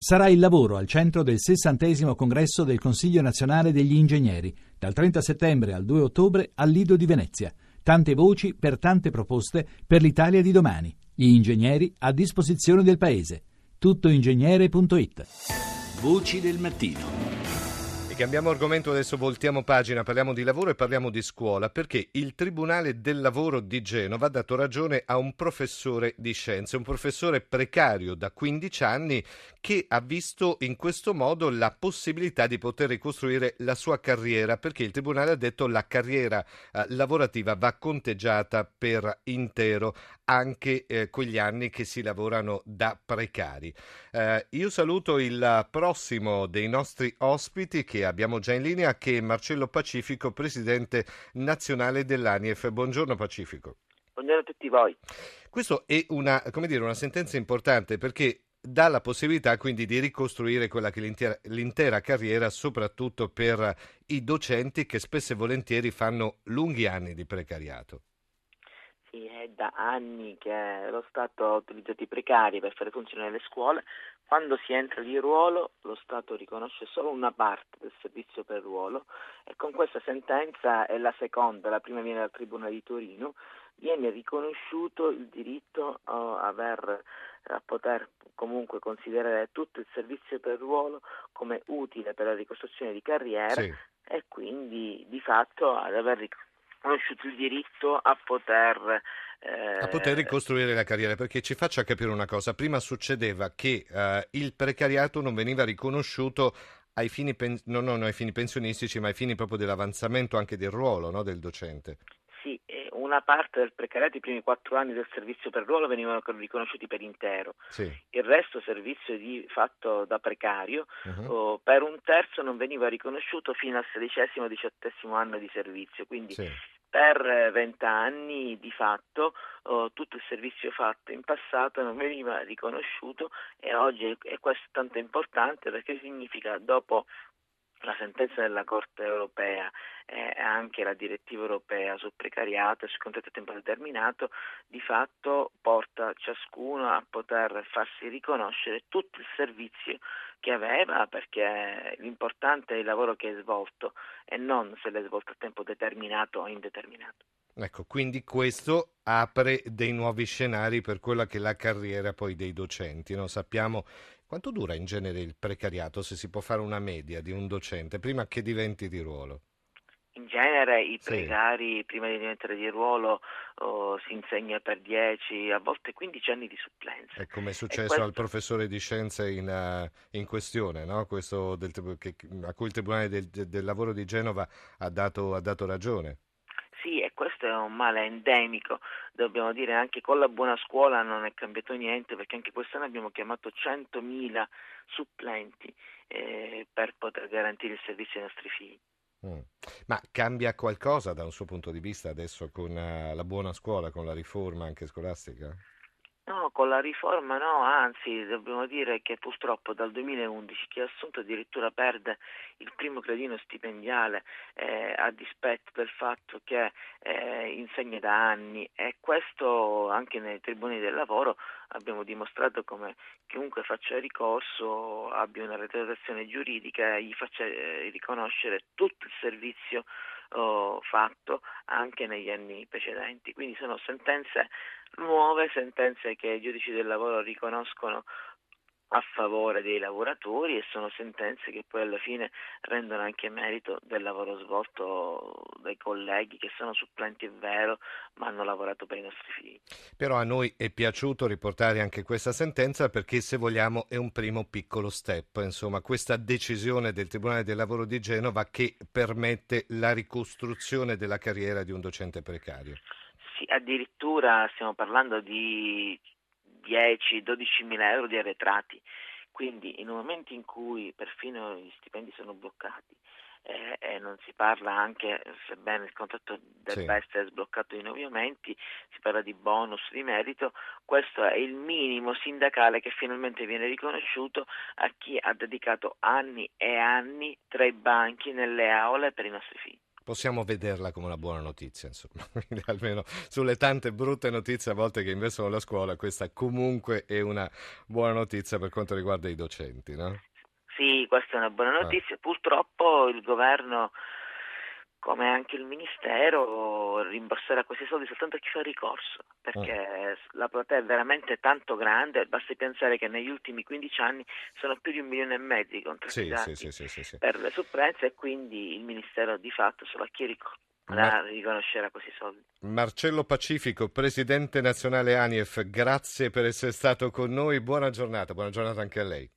Sarà il lavoro al centro del 60° congresso del Consiglio Nazionale degli Ingegneri, dal 30 settembre al 2 ottobre al Lido di Venezia. Tante voci per tante proposte per l'Italia di domani. Gli ingegneri a disposizione del Paese. Tuttoingegnere.it. Voci del mattino. E cambiamo argomento, adesso voltiamo pagina, parliamo di lavoro e parliamo di scuola, perché il Tribunale del Lavoro di Genova ha dato ragione a un professore di scienze, un professore precario da 15 anni che ha visto in questo modo la possibilità di poter ricostruire la sua carriera, perché il Tribunale ha detto la carriera lavorativa va conteggiata per intero, anche quegli anni che si lavorano da precari. Io saluto il prossimo dei nostri ospiti che abbiamo già in linea, che è Marcello Pacifico, presidente nazionale dell'ANIEF. Buongiorno Pacifico. Buongiorno a tutti voi. Questo è una sentenza importante, perché dà la possibilità quindi di ricostruire quella che è l'intera carriera, soprattutto per i docenti che spesso e volentieri fanno lunghi anni di precariato. Sì, è da anni che lo Stato ha utilizzato i precari per fare funzionare le scuole. Quando si entra di ruolo, lo Stato riconosce solo una parte del servizio per ruolo e con questa sentenza è la seconda, la prima viene dal Tribunale di Torino, viene riconosciuto il diritto a poter comunque considerare tutto il servizio per ruolo come utile per la ricostruzione di carriera. Sì. E quindi di fatto ad aver riconosciuto il diritto a poter ricostruire la carriera, perché ci faccia capire una cosa: prima succedeva che il precariato non veniva riconosciuto ai fini non ai fini pensionistici, ma ai fini proprio dell'avanzamento anche del ruolo, no, del docente. Sì, una parte del precariato, i primi 4 anni del servizio per ruolo venivano riconosciuti per intero, Sì. il resto servizio fatto da precario, per un terzo non veniva riconosciuto fino al 16° anno di servizio, quindi Sì. per 20 anni di fatto tutto il servizio fatto in passato non veniva riconosciuto e oggi è questo tanto importante perché significa, dopo la sentenza della Corte europea e anche la direttiva europea sul precariato e sul contratto a tempo determinato, di fatto porta ciascuno a poter farsi riconoscere tutto il servizio che aveva, perché l'importante è il lavoro che è svolto e non se l'è svolto a tempo determinato o indeterminato. Ecco, quindi questo apre dei nuovi scenari per quella che è la carriera poi dei docenti, no? Sappiamo quanto dura in genere il precariato, se si può fare una media di un docente prima che diventi di ruolo. In genere i Sì. precari prima di diventare di ruolo si insegna per 10, a volte 15 anni di supplenza. È come è successo al professore di scienze in questione, no? Questo a cui il Tribunale del Lavoro di Genova ha dato ragione. Sì, e questo è un male endemico, dobbiamo dire. Anche con la buona scuola non è cambiato niente, perché anche quest'anno abbiamo chiamato 100.000 supplenti per poter garantire il servizio ai nostri figli. Ma cambia qualcosa da un suo punto di vista adesso con la buona scuola, con la riforma anche scolastica? No, con la riforma no, anzi dobbiamo dire che purtroppo dal 2011 chi ha assunto addirittura perde il primo gradino stipendiale a dispetto del fatto che insegna da anni, e questo anche nei tribunali del lavoro abbiamo dimostrato come chiunque faccia ricorso abbia una retratazione giuridica e gli faccia riconoscere tutto il servizio fatto anche negli anni precedenti. Quindi sono sentenze nuove, sentenze che i giudici del lavoro riconoscono a favore dei lavoratori, e sono sentenze che poi alla fine rendono anche merito del lavoro svolto dai colleghi che sono supplenti, è vero, ma hanno lavorato per i nostri figli. Però a noi è piaciuto riportare anche questa sentenza perché, se vogliamo, è un primo piccolo step, insomma, questa decisione del Tribunale del Lavoro di Genova che permette la ricostruzione della carriera di un docente precario. Sì, addirittura stiamo parlando di 10-12 mila euro di arretrati, quindi in un momento in cui perfino gli stipendi sono bloccati e non si parla, anche sebbene il contratto debba essere sbloccato di nuovi aumenti, si parla di bonus, di merito. Questo è il minimo sindacale che finalmente viene riconosciuto a chi ha dedicato anni e anni tra i banchi nelle aule per i nostri figli. Possiamo vederla come una buona notizia, insomma. Quindi almeno sulle tante brutte notizie a volte che investono la scuola, questa comunque è una buona notizia per quanto riguarda i docenti, no? Sì, questa è una buona notizia. Purtroppo il governo, come anche il Ministero, rimborserà questi soldi soltanto a chi fa ricorso, perché la platea è veramente tanto grande. Basti pensare che negli ultimi 15 anni sono più di 1,5 milioni di contratti Sì. per le supplenze, e quindi il Ministero di fatto solo a chi riconoscerà questi soldi. Marcello Pacifico, presidente nazionale ANIEF, grazie per essere stato con noi, buona giornata anche a lei.